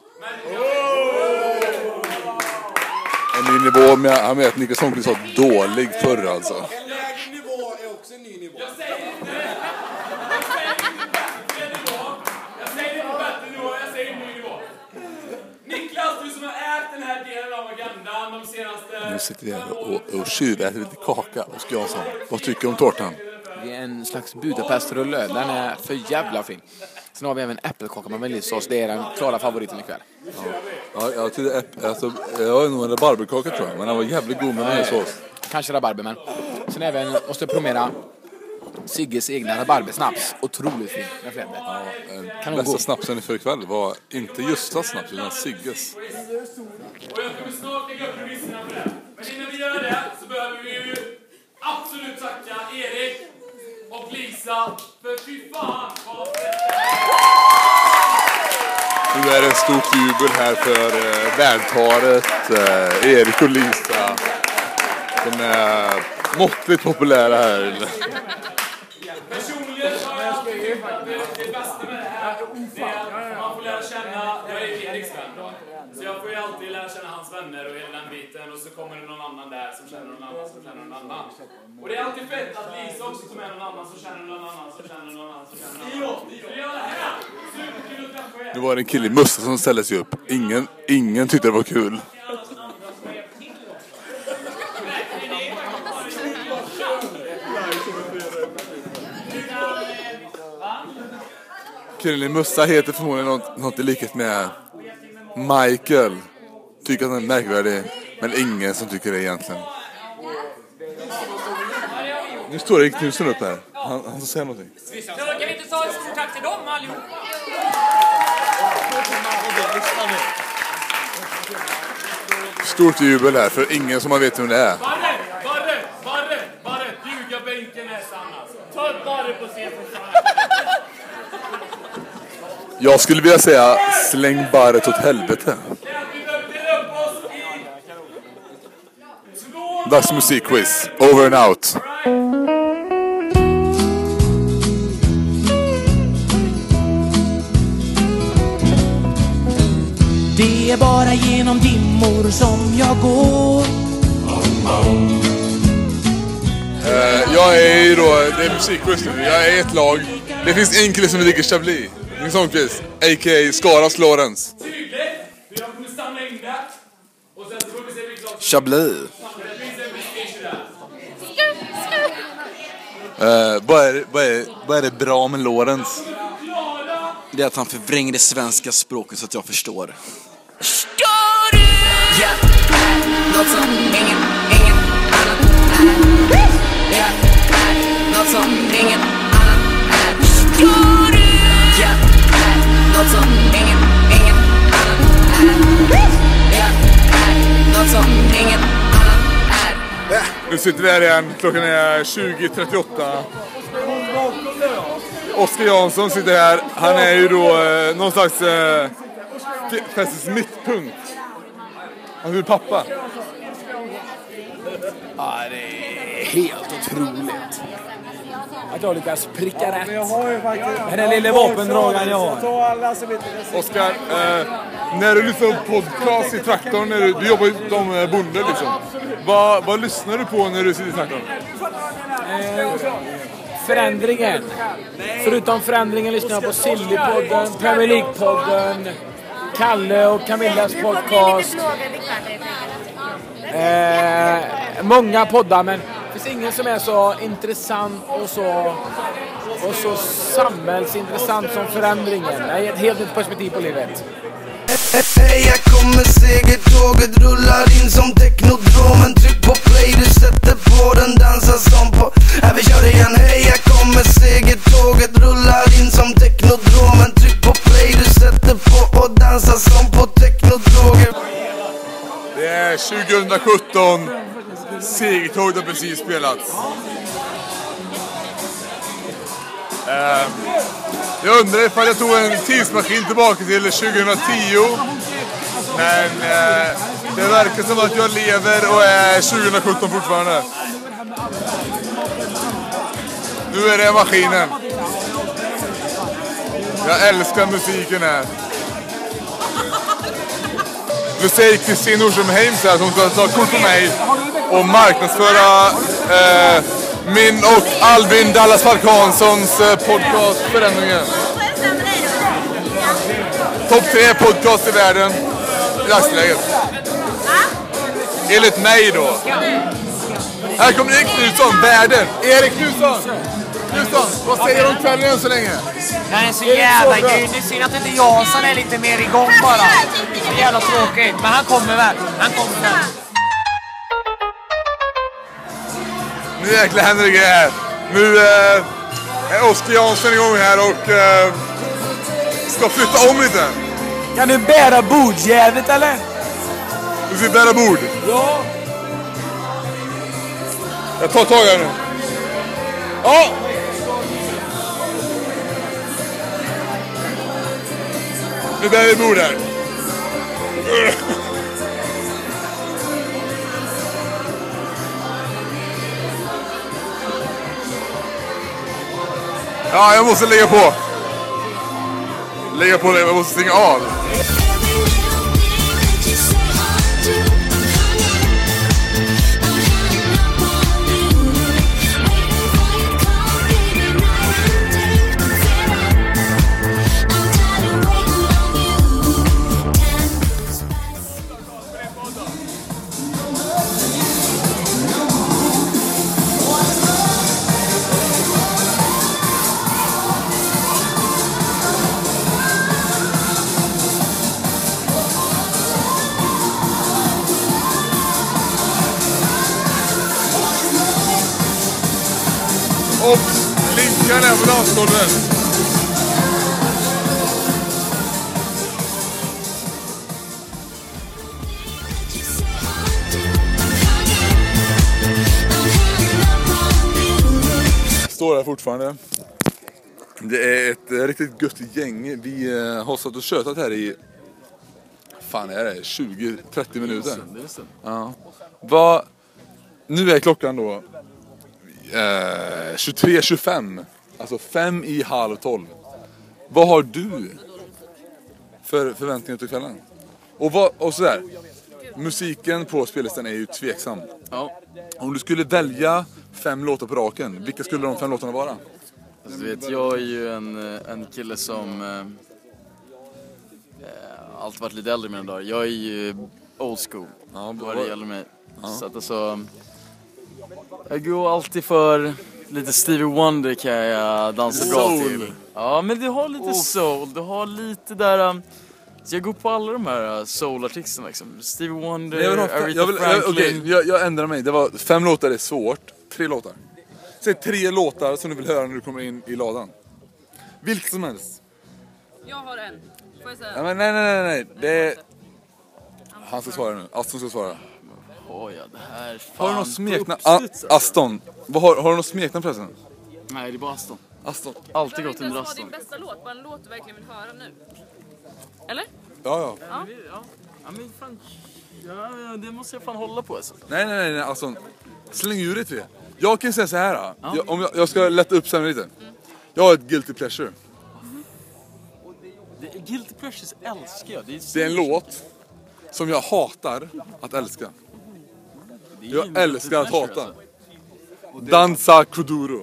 En ny nivå, men han menar att Niklas Holmqvist var dålig förr alltså. En lägre nivå är också en ny nivå. Jag säger inte bättre nivå, jag säger ny nivå. Niklas, du som har ägt den här delen av agendan de senaste... Nu sitter vi här och kyräter lite kaka. Oskar Jansson, vad tycker du om tårtan? Det är en slags Budapestrulle. Den är för jävla fin. Sen har vi även äppelkaka med vaniljsås. Det är den klara favoriten ikväll. Ja, jag tyckte jag har nog en rabarberkaka tror jag. Men den var jävligt god med vaniljsås. Kanske rabarber, men sen även måste jag promera Sigges egna rabarbersnaps. Otroligt fin med fläder. Bästa snapsen för ikväll var inte Justas snaps utan Sigges. Och jag kommer snart lägga upp premisserna för det. Men innan vi gör det så behöver vi ju absolut tacka Erik och Lisa för fy fan vad Nu är det ett stort jubel här för värdparet Erik och Lisa. De är måttligt populära här. Personligen har jag alltid tyckt att det bästa med det här är att man får lära känna, jag är Eriks vän. Så jag får ju alltid lära känna hans vänner och hela den biten. Och så kommer det någon annan där som känner någon annan som känner någon annan. Och det är alltid fett att Lisa också tar med någon annan som känner någon annan som känner någon annan som känner någon annan. Vi gör det här! Superkul att träffa er! Nu var det en kille i mössa som ställde sig upp. Ingen tyckte det var kul. Killen i mössa heter förmodligen något i likhet med Michael. Tycker att han är märkvärdig, men ingen som tycker det egentligen. Nu står Erik Knudsen upp här. Han ska säga någonting. Så kan vi inte ta ett stort tack till dem allihop? Stort jubel här för ingen som har vet vem det är. Barre, ljugarbänken är sann alltså. Ta Barre på scen för fan. Jag skulle vilja säga släng Barret åt helvete. Dags för musikquiz. Over and out. Det är bara genom dimmor som jag går. Jag är ju då, det är musikquiz nu. Jag är ett lag. Det finns en kille som ligger Chablis. Min sångquiz, a.k.a. Skaras Lorentz. Chablis. Vad är det bra med Lorentz? Det är att han förvränger det svenska språket så att jag förstår. Yeah. Något som ingen annan. Yeah. Något som ingen annan. Yeah. Något som Nu sitter vi här igen, klockan är 20:38. Oskar Jansson sitter här, han är ju då någon slags festens mittpunkt. Han är pappa. Ja, det är helt otroligt. Att jag lyckas pricka rätt. Med den lilla vapendragaren jag har. Oskar, när du lyssnar på podcast i traktorn, när du jobbar ju som bonde liksom. Vad lyssnar du på när du sitter i traktorn? Förändringen. Förutom förändringen lyssnar jag på Silly-podden, Premier League-podden, Kalle och Camillas podcast. Många poddar, men det finns ingen som är så intressant och så samhällsintressant som förändringen. Det är ett helt nytt perspektiv på livet. Hej, jag kommer segertåget rullar in som teknodromen. Tryck på play, du sätter på den, dansar som på. Här vi kör igen. Hej, jag kommer segertåget rullar in som teknodromen. Tryck på play, du sätter på och dansar som på teknodroger. Det är 2017. Segertåget har precis spelats. Jag undrar ifall jag tog en tidsmaskin tillbaka till 2010. Men det verkar som att jag lever och är 2017 fortfarande. Nu är det maskinen. Jag älskar musiken här. Nu säger Kristin Nordström Heims här som ska ta kort på mig och marknadsföra min och Albin Dallas Falkanssons podcast Förändringen. Topp 3 podcast i världen i dagsläget. Enligt mig då. Här kommer Erik Knutsson, världen. Erik Knutsson, vad säger du om kvällen så länge? Den är så jävla grym. Det är synd att inte Jansson är lite mer igång bara. Så jävla tråkigt. Men han kommer väl. Nu jäkla händer det grejer. Nu är Oskar Jansson igång här och ska flytta om lite. Kan du bära bordjävet eller? Du ska bära bord? Ja. Jag tar tag här nu. Ja! Nu bär vi bord här. Ja, jag måste lägga på. Jag måste stänga av. Och linkarna på dansgolvet. Står här fortfarande. Det är ett riktigt gött gäng. Vi har satt och kötat här i fan är det 20-30 minuter. Ja. Nu är klockan då 23:25. Alltså 11:55. Vad har du för förväntningar till kvällen? Och sådär. Musiken på spellistan är ju tveksam. Ja. Om du skulle välja 5 låtar på raken, vilka skulle de 5 låtarna vara? Alltså, du vet, jag är ju en kille som alltid varit lite äldre i mina dagar. Jag är ju old school. Ja, vad det gäller mig. Ja. Så att alltså, jag går alltid för lite Stevie Wonder kan jag dansa bra till. Ja, men du har lite soul. Du har lite där. Så jag går på alla de här soul-artisterna liksom. Stevie Wonder, Aretha Franklin. Jag ändrar mig. Det var 5 låtar är svårt. 3 låtar. Säg 3 låtar som du vill höra när du kommer in i ladan. Vilket som helst. Jag har en. Får jag säga? Ja, men nej. Det är... Han ska svara nu. Aston ska svara. Jaha, ja, det här fan. Har du något smeknamn? Aston. Har du något smeknamn förresten? Nej, det är bara Aston. Aston. Alltid gått under Vad Aston. din bästa låt? Bara en låt du verkligen vill höra nu. Eller? Ja. Ja, men fan. Ja, det måste jag fan hålla på alltså. Nej, alltså. Släng ur dig 3. Jag kan säga så här. Om jag ska lätta upp sen lite. Jag har ett guilty pleasure. Guilty pleasures älskar jag. Det är en låt som jag hatar att älska. Jag älskar att hata. Danza Kuduro.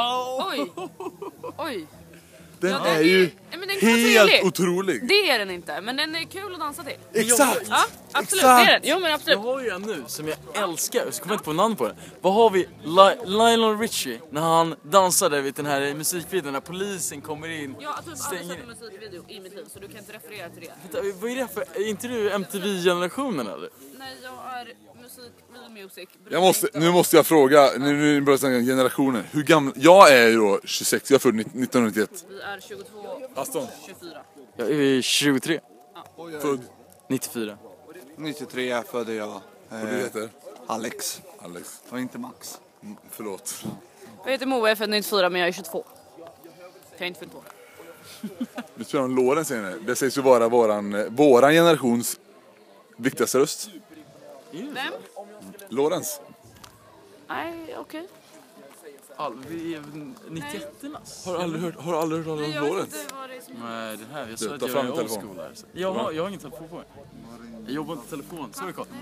Oj. Den är ju helt otrolig. Det är den inte, men den är kul att dansa till. Exakt! Ja, absolut, det är den. Jo, men absolut. Jag har ju en nu som jag älskar, jag kommer inte på namn på den. Vad har vi? Lionel Richie, när han dansade vid den här musikvideon, när polisen kommer in. Jag har typ aldrig sett en musikvideo i mitt liv, så du kan inte referera till det. Vänta, vad är det för? Är inte du MTV-generationen eller? Nej, jag är music. Nu måste jag fråga, nu börjar snacka generationer. Hur gammal? Jag är ju då 26, jag är född 1991. Vi är 22, Aston. 24. Jag är 23. Född? 94. 93 födde jag. Och du heter? Alex. Och inte Max. Förlåt. Jag heter Moa, jag är född 94, men jag är 22. Jag är inte fyllt på. Du tror om Lorenz senare. Det sägs ju vara våran generations viktigaste röst. Vem? Lorenz. Nej, okej. Vi är 91-nas. Har du aldrig hört talas om Lorenz? Nej, det här, jag sa att ta jag fram är old telefon. school här. Jag har ingen telefon på mig. Jag jobbar inte telefon, sorry Carl.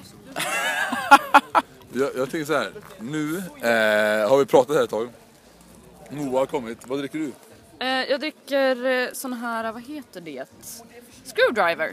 Jag tänker så här. Nu har vi pratat här ett tag. Moa har kommit. Vad dricker du? Jag dricker sån här, vad heter det? Screwdriver.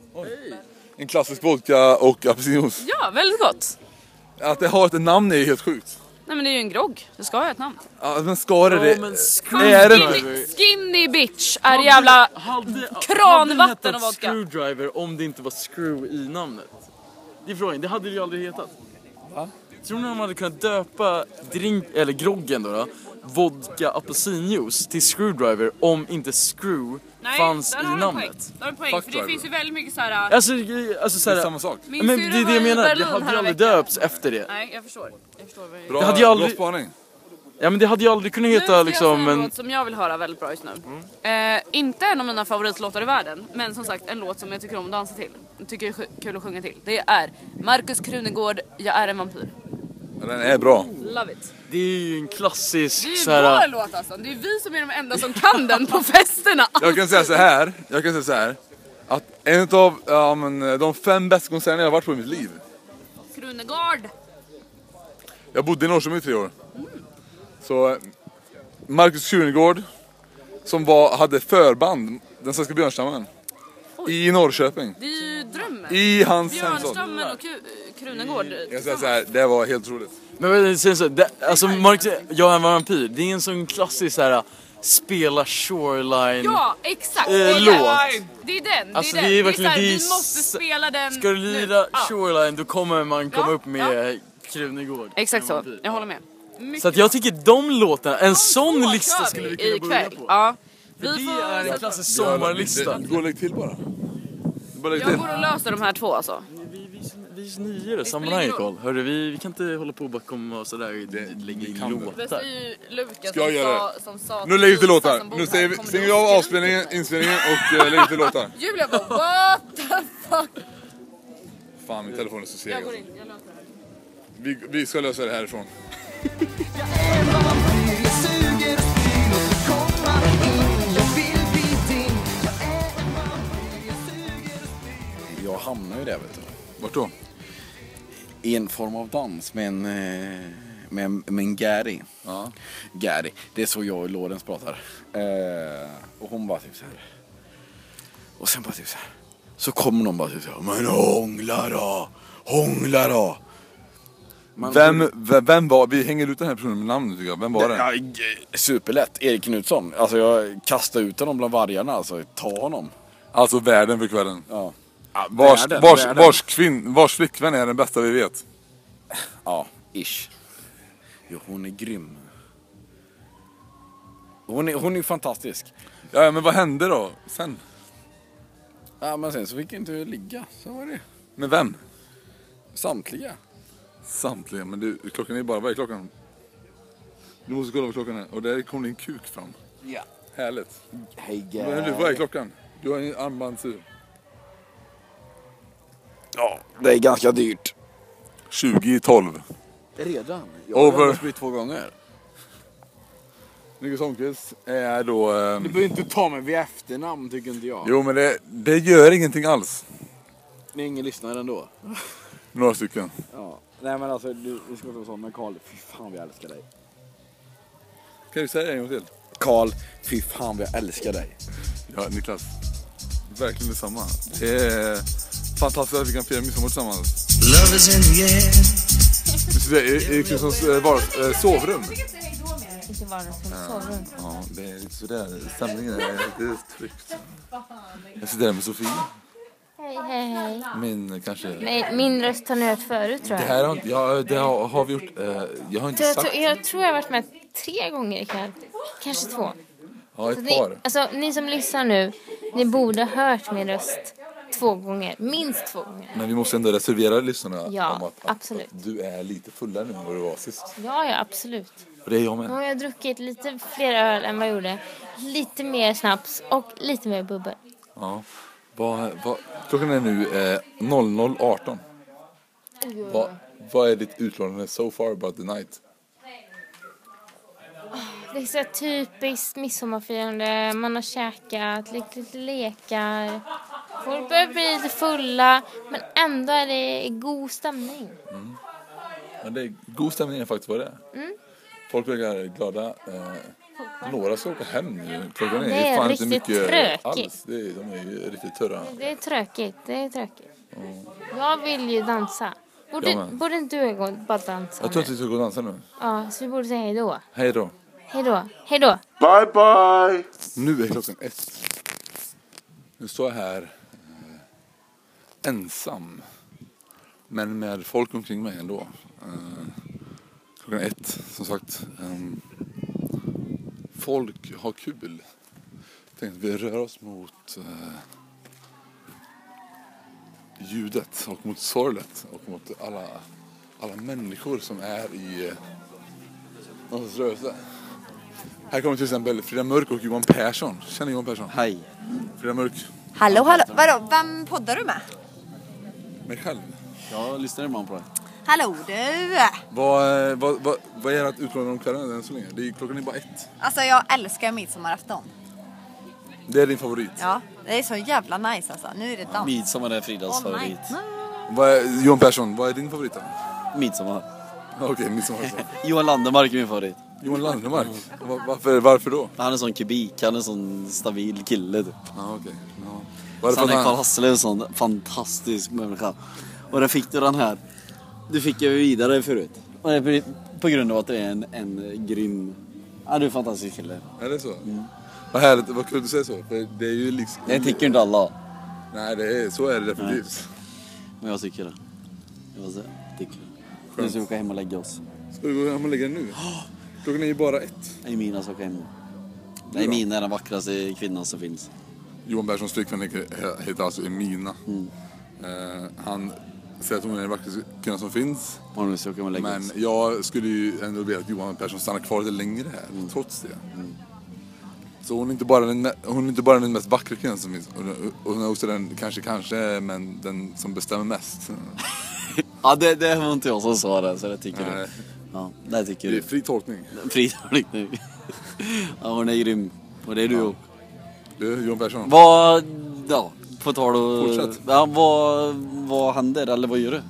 En klassisk vodka och apelsinjuice. Ja, väldigt gott. Att det har ett namn är helt sjukt. Nej, men det är ju en grogg. Det ska ha ett namn. Ja, men ska det det? men Är det Skinny bitch är jävla kranvatten och vodka. Screwdriver om det inte var screw i namnet? Det är frågan, det hade det ju aldrig hetat. Va? Tror ni de hade kunnat döpa eller groggen då? Vodka apelsinjuice till screwdriver om inte screw fanns i namnet? Där har du poäng, för det finns ju väldigt mycket så här. Alltså så här, det är samma sak. Men det är det jag menar, det hade ju aldrig döpts efter det. Nej, jag förstår vad Bra, det hade ju aldrig... bra spaning. Ja, men det hade ju aldrig kunnat heta liksom en låt som jag vill höra väldigt bra just nu. Inte en av mina favoritlåtar i världen, men som sagt en låt som jag tycker om att dansa till. Jag tycker det är kul att sjunga till. Det är Markus Krunegård, Jag är en vampyr. Ja, den är bra. Love it. Det är ju en klassisk... Det är ju så här... vår låt alltså. Det är vi som är de enda som kan den på festerna. Jag kan säga så här. Att en av de 5 bästa konserterna jag har varit på i mitt liv. Krunegård. Jag bodde i Norrköping i 3 år. Så Markus Krunegård som hade förband, den svenska björnstammen. I Norrköping. Det är ju drömmen. I hans hemstad. Björnstammen och Krunegård. Jag säger så här, det var helt roligt. Men sen så, alltså Mark, Jag är en vampyr. Det är en sån klassisk så här spela Shoreline. Ja, exakt. Låt. Det är den. Alltså, det det är verkligen vi måste spela den. Ska du lira nu. Shoreline då kommer man komma upp med Krunegård. Exakt så. Jag håller med. Så att jag tycker de låtarna, en sån lista skulle vi kunna börja på. Ja. Det är en klassisk sommarlista. Gå och lägg till bara. Jag går och löser de här 2 alltså. Vi är 9 sammanhanget, Carl. Hörru, vi kan inte hålla på och bara komma och sådär lägga in låtar. Det är ju Lukas Ska jag göra det? som sa Nu lägger vi till låtar. Nu stänger vi av inspelningen och lägger till låtar. Julia bara, what the fuck? Fan, min telefon är så seg. Jag går in, jag löser det. Vi ska lösa det härifrån. Jag hamnar ju där, vet du. Vart då? I en form av dans med en Gary. Ja. Gary. Det är så jag och Lorenz pratar. Och hon bara typ så här. Och sen bara typ så här. Så kommer någon bara typ så här. Men hångla då. Vem var, vi hänger ut den här personen med namn tycker jag. Vem var det? Ja, superlätt. Erik Knutsson. Alltså jag kastade ut honom bland vargarna. Alltså ta honom. Alltså världen för kvällen. Ja. Vars flickvän är den bästa vi vet. Ja, ish. Jo, hon är grym. Hon är fantastisk. Ja, men vad hände då sen? Ja, men sen så fick jag inte ligga. Så var det. Med vem? Samtliga. Samtliga, men du, klockan är bara, vad är klockan? Du måste kolla vad klockan är. Och där kommer din kuk fram. Ja. Härligt. Hej Vad är klockan? Du har en armbandsur. Ja, det är ganska dyrt. 2012. Redan? Jag har Over. blivit 2 gånger. Niklas Holmqvist är då... Du behöver inte ta mig vid efternamn, tycker inte jag. Jo, men det gör ingenting alls. Det är ingen lyssnare ändå. Några stycken. Ja. Nej men alltså, du ska inte vara sån, men Karl, fy fan vad jag älskar dig. Kan du säga det en gång till? Karl, fy fan vad jag älskar dig. Ja, Niklas. Verkligen detsamma. Det är fantastiskt att vi kan fira midsommar tillsammans. Love is in the air. Vi sitter i Kristons sovrum. Inte vardagsrum, sovrum. Ja, det är lite sådär. Stämningen är lite tryggt. Jag sitter där med Sofie. Hej. Min kanske... Nej, min röst har ni hört förut, tror jag. Det här har vi gjort. Jag har inte sagt... Jag tror jag har varit med 3 gånger ikväll. Kanske 2. Ja, ett par. Alltså, ni som lyssnar nu, ni borde ha hört min röst 2 gånger. Minst 2 gånger. Men vi måste ändå reservera lyssnarna Ja, om absolut. att du är lite fullare nu än vad du var sist. Ja, absolut. Och det är jag med. Nu har jag druckit lite fler öl än vad jag gjorde. Lite mer snaps och lite mer bubbel. Ja. Klockan är nu 00:18. Vad är ditt utlåtande so far about the night? Det är så typiskt midsommarfirande. Man har käkat, lite lekar. Folk börjar bli lite fulla. Men ändå är det god stämning. Mm. Men det är god stämning är faktiskt vad det är. Mm. Folk är glada. Några ska åka hem nu. Klockan Det är fan inte riktigt mycket trökigt. alls. De är ju riktigt törra. Det är tråkigt. Jag vill ju dansa. Borde inte du gå och bara dansa? Jag tror att vi ska gå och dansa nu. Ja, så vi borde säga hej då. Hej då. Hej då. Bye bye. Nu är klockan 1. Nu står jag här ensam. Men med folk omkring mig ändå. Klockan 1, som sagt. Folk har kul. Tänkte vi rör oss mot ljudet och mot sorlet och mot alla människor som är i någons rörelse. Här kommer till exempel Frida Mörk och Johan Persson. Känner Johan Persson? Hej. Frida Mörk. Hallå. Vadå? Vem poddar du med? Mig själv. Jag lyssnar imorgon på det. Hallå du! Vad är ert utlåtande om kvällen än så länge? Klockan är bara 1. Alltså jag älskar midsommarafton. Det är din favorit? Ja, det är så jävla nice alltså. Nu är det dans. Midsommar är Fridas favorit. Johan Persson, vad är din favorit då? Midsommar. Okej, midsommar. Johan Landemark är min favorit. Johan Landemark? Varför då? Han är en sån kubik, han är en sån stabil kille typ. Ja, okej. Ja. Sen är Karl Hassel en sån fantastisk människa. Och där fick du den här. Du fick ju vidare förut. Och det är på grund av att du är en grym... Ja, du är en fantastisk kille. Är det så? Mm. Vad härligt, vad kul att du säger så. För det är ju liksom... Det tycker inte alla. Nej, så är det definitivt. Men jag tycker det. Jag tycker det. Nu ska vi åka hem och lägga oss. Ska vi gå hem och lägga nu? Klockan är ju bara 1. Nej, Mina ska åka hem. Nej, Mina är den vackraste kvinnan som finns. Johan Perssons flickvän heter alltså Emina. Han säger att hon är den vackraste kvinnan som finns. Men jag skulle ju ändå vilja att Johan Persson stannar kvar lite längre här, trots det. Så hon är inte bara den mest vackra kvinnan som finns. Och hon är också den, kanske, men den som bestämmer mest. Ja, det var inte jag som sa det, så det tycker du. Ja, det tycker du. Det är fri tolkning. Fri tolkning. Ja, hon är grym. Och det är du också. Du, Johan Persson. Ja, på tal och... Fortsätt. Ja, vad händer, eller vad gör du?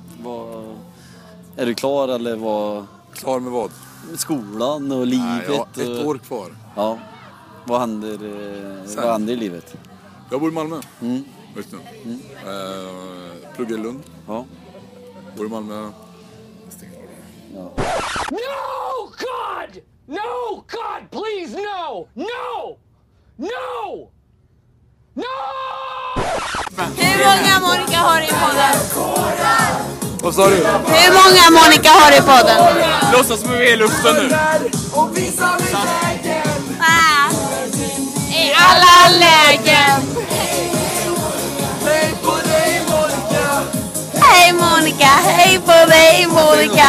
Är du klar, eller vad... Klar med vad? Skolan och livet. Nej, jag har 1 år kvar. Ja. Vad händer i livet? Jag bor i Malmö. Vet du? Pluggar i Lund. Ja. Bor i Malmö. Ja. No, God! No, God, please, no! No! No! No! Hur många Monica har i podden? Vad sa du? Hur många Monica har i podden? Låtsas som vi är i luften nu. I alla lägen. Hej Monica! Monica, hej på dig Monica.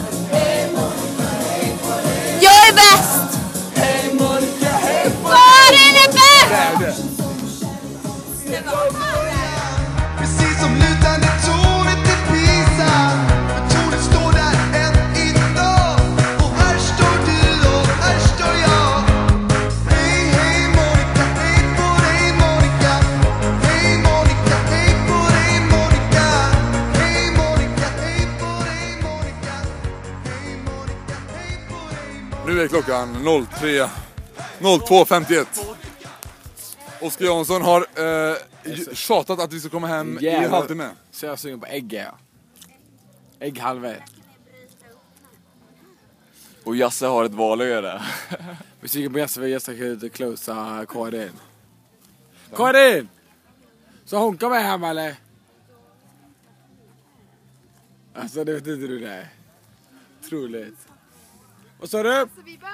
Jag är bäst. Hej Monica, hej på dig. Karin är bäst. Precis som lutande tornet i Pisa. Men tornet står där än idag. Och här står du och här står jag. Hej, hej Monica, hej på dig Monica. Hej Monica, hej på dig Monica. Hej Monica, hej på dig Monica. Hej Monica, hej på dig. Nu är klockan 02.51. Oskar Jansson har tjatat att vi ska komma hem i en halvtimme. Så jag sugen på ägg, ja. Ägghalvor. Och Jasse har ett val att göra. Vi sugen på Jasse, för Jasse kan inte closea Karin. Karin! Så hon kommer hem eller? Alltså det vet inte du det. Troligt. Vad sa du?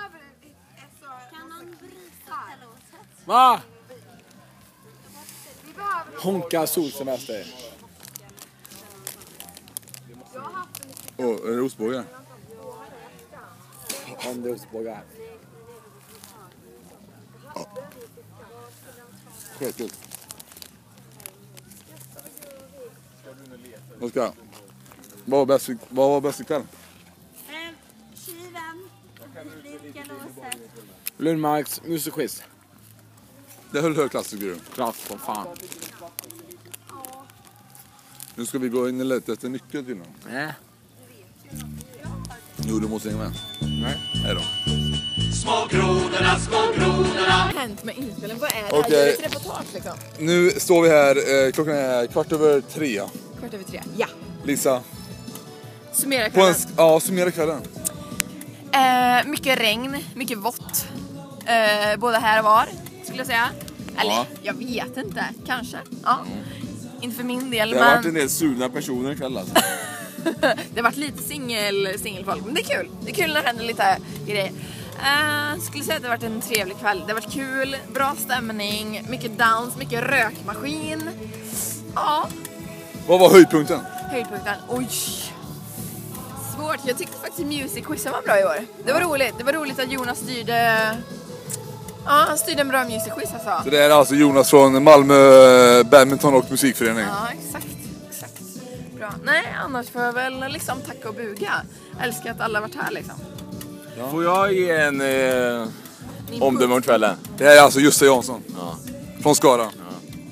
Va? Honka solsemester. Är det ostbågar? Om det är ostbågar. Ja. Skötkul. Oskar, vad var bäst ikväll? Kiven. Lundmarks musikquiz. Det höll hög klass tycker du? Klass på fan. Nu ska vi gå in och leta efter nyckeln till någon. Nej. Jo, du måste hänga med. Nej. Hej då. Små grodorna, små grodorna. Hänt med inspelningen, vad är det? Okej. Är det ett reportage liksom? Nu står vi här, klockan är 3:15. 3:15, ja. Lisa. Summera kvällen. Summera kvällen. Mycket regn, mycket vått. Både här och var, skulle jag säga. Eller, jag vet inte. Kanske. Ja. Inte för min del, det har varit en del sugna personer ikväll alltså. Det har varit lite singelfolk, men det är kul. Det är kul när det händer lite grejer. Skulle säga att det har varit en trevlig kväll. Det har varit kul, bra stämning, mycket dans, mycket rökmaskin. Ja. Vad var höjdpunkten? Höjdpunkten, oj. Svårt, jag tyckte faktiskt music-quizen var bra i år. Det var roligt, att Jonas styrde. Ja, han styrde en bra music-quiz alltså. Så det är alltså Jonas från Malmö Badminton och musikförening. Ja, exakt. Bra. Nej, annars får jag väl liksom tacka och buga. Älskar att alla har varit här liksom. Ja. Får jag ge en omdöme om kvällen? Det här är alltså Gösta Jansson. Ja. Från Skara. Ja.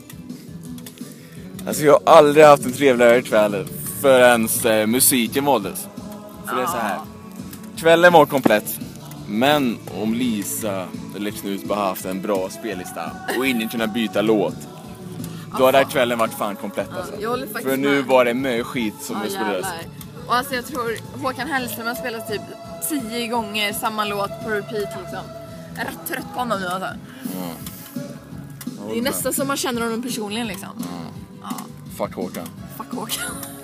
Alltså jag har aldrig haft en trevligare kväll förrän musiken valdes. För det är så här. Kvällen var komplett. Men om Lisa eller Knut bara haft en bra spellista och ingen kunde byta låt, då hade kvällen varit fan komplett alltså. För nu var det mycket skit som spelades. Och alltså jag tror Håkan Hellström har spelat typ 10 gånger samma låt på repeat liksom. Jag är rätt trött på honom nu alltså. Ja. Det är nästan som man känner honom personligen liksom. Ja. Fuck Håkan. Fuck Håkan.